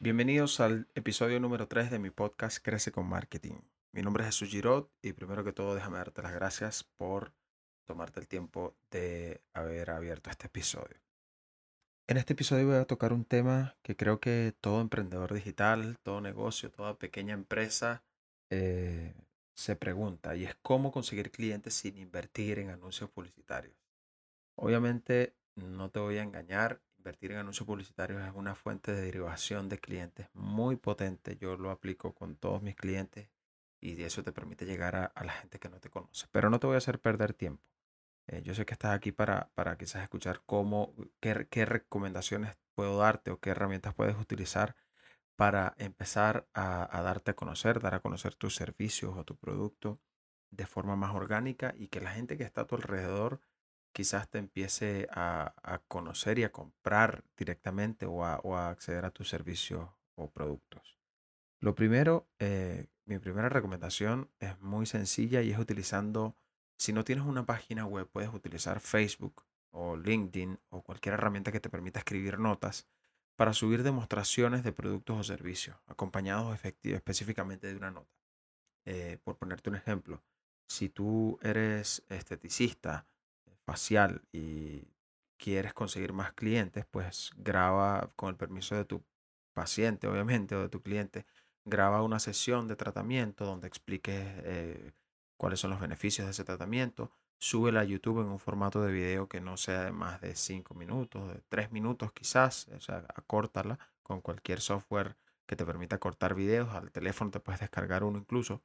Bienvenidos al episodio número 3 de mi podcast Crece con Marketing. Mi nombre es Jesús Girot y primero que todo déjame darte las gracias por tomarte el tiempo de haber abierto este episodio. En este episodio voy a tocar un tema que creo que todo emprendedor digital, todo negocio, toda pequeña empresa eh, se pregunta, y es cómo conseguir clientes sin invertir en anuncios publicitarios. Obviamente, no te voy a engañar, invertir en anuncios publicitarios es una fuente de derivación de clientes muy potente. Yo lo aplico con todos mis clientes y eso te permite llegar a la gente que no te conoce. Pero no te voy a hacer perder tiempo. Yo sé que estás aquí para quizás escuchar qué recomendaciones puedo darte o qué herramientas puedes utilizar para empezar a darte a conocer, dar a conocer tus servicios o tu producto de forma más orgánica y que la gente que está a tu alrededor quizás te empiece a conocer y a comprar directamente o a acceder a tus servicios o productos. Lo primero, mi primera recomendación es muy sencilla y es utilizando, si no tienes una página web, puedes utilizar Facebook o LinkedIn o cualquier herramienta que te permita escribir notas para subir demostraciones de productos o servicios, acompañados específicamente de una nota. Por ponerte un ejemplo, si tú eres esteticista facial y quieres conseguir más clientes, pues graba con el permiso de tu paciente, obviamente, o de tu cliente, graba una sesión de tratamiento donde expliques cuáles son los beneficios de ese tratamiento. Súbela a YouTube en un formato de video que no sea de más de 5 minutos, de 3 minutos quizás, o sea, acórtala con cualquier software que te permita cortar videos. Al teléfono te puedes descargar uno incluso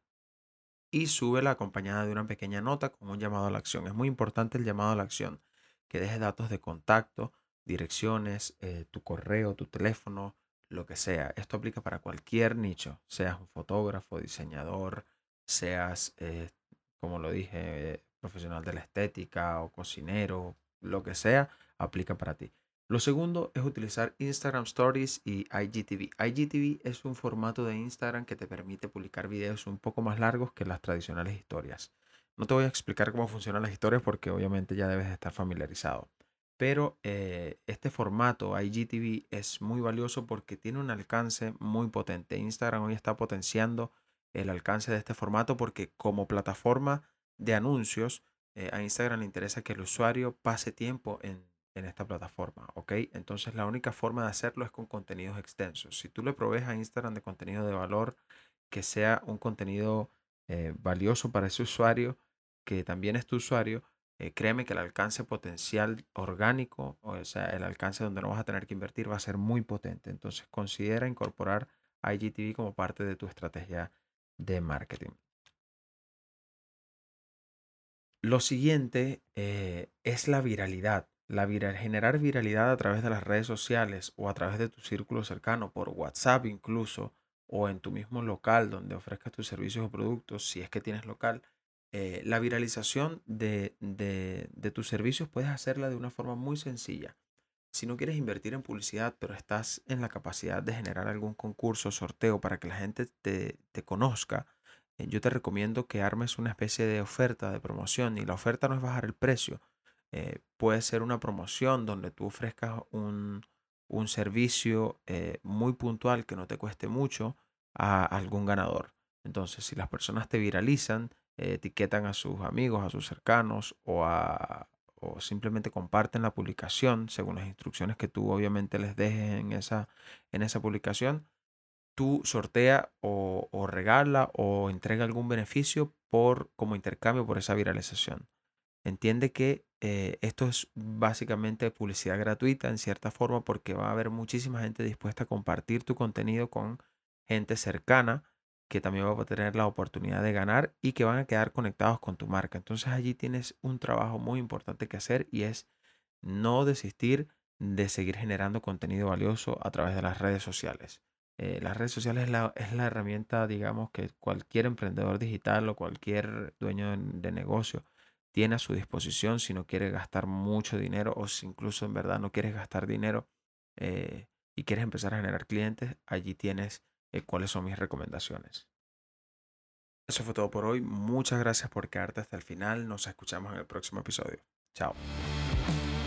y súbela acompañada de una pequeña nota con un llamado a la acción. Es muy importante el llamado a la acción, que dejes datos de contacto, direcciones, tu correo, tu teléfono, lo que sea. Esto aplica para cualquier nicho, seas un fotógrafo, diseñador, seas, como lo dije, profesional de la estética o cocinero, lo que sea, aplica para ti. Lo segundo es utilizar Instagram Stories y IGTV. IGTV es un formato de Instagram que te permite publicar videos un poco más largos que las tradicionales historias. No te voy a explicar cómo funcionan las historias porque obviamente ya debes de estar familiarizado. Pero este formato IGTV es muy valioso porque tiene un alcance muy potente. Instagram hoy está potenciando el alcance de este formato porque como plataforma de anuncios, a Instagram le interesa que el usuario pase tiempo en esta plataforma, ¿ok? Entonces la única forma de hacerlo es con contenidos extensos. Si tú le provees a Instagram de contenido de valor, que sea un contenido valioso para ese usuario, que también es tu usuario, créeme que el alcance potencial orgánico, o sea, el alcance donde no vas a tener que invertir va a ser muy potente. Entonces considera incorporar IGTV como parte de tu estrategia de marketing. Lo siguiente es la viralidad. Generar viralidad a través de las redes sociales o a través de tu círculo cercano, por WhatsApp incluso, o en tu mismo local donde ofrezcas tus servicios o productos, si es que tienes local. La viralización de tus servicios puedes hacerla de una forma muy sencilla. Si no quieres invertir en publicidad, pero estás en la capacidad de generar algún concurso, sorteo para que la gente te conozca, yo te recomiendo que armes una especie de oferta de promoción. Y la oferta no es bajar el precio. Puede ser una promoción donde tú ofrezcas un servicio muy puntual que no te cueste mucho a algún ganador. Entonces, si las personas te viralizan, etiquetan a sus amigos, a sus cercanos o simplemente comparten la publicación según las instrucciones que tú obviamente les dejes en esa publicación, tú sortea o regala o entrega algún beneficio como intercambio por esa viralización. Entiende que esto es básicamente publicidad gratuita en cierta forma porque va a haber muchísima gente dispuesta a compartir tu contenido con gente cercana que también va a tener la oportunidad de ganar y que van a quedar conectados con tu marca. Entonces allí tienes un trabajo muy importante que hacer y es no desistir de seguir generando contenido valioso a través de las redes sociales. Las redes sociales es la herramienta, digamos, que cualquier emprendedor digital o cualquier dueño de negocio tiene a su disposición si no quiere gastar mucho dinero o si incluso en verdad no quieres gastar dinero y quieres empezar a generar clientes, allí tienes cuáles son mis recomendaciones. Eso fue todo por hoy. Muchas gracias por quedarte hasta el final. Nos escuchamos en el próximo episodio. Chao.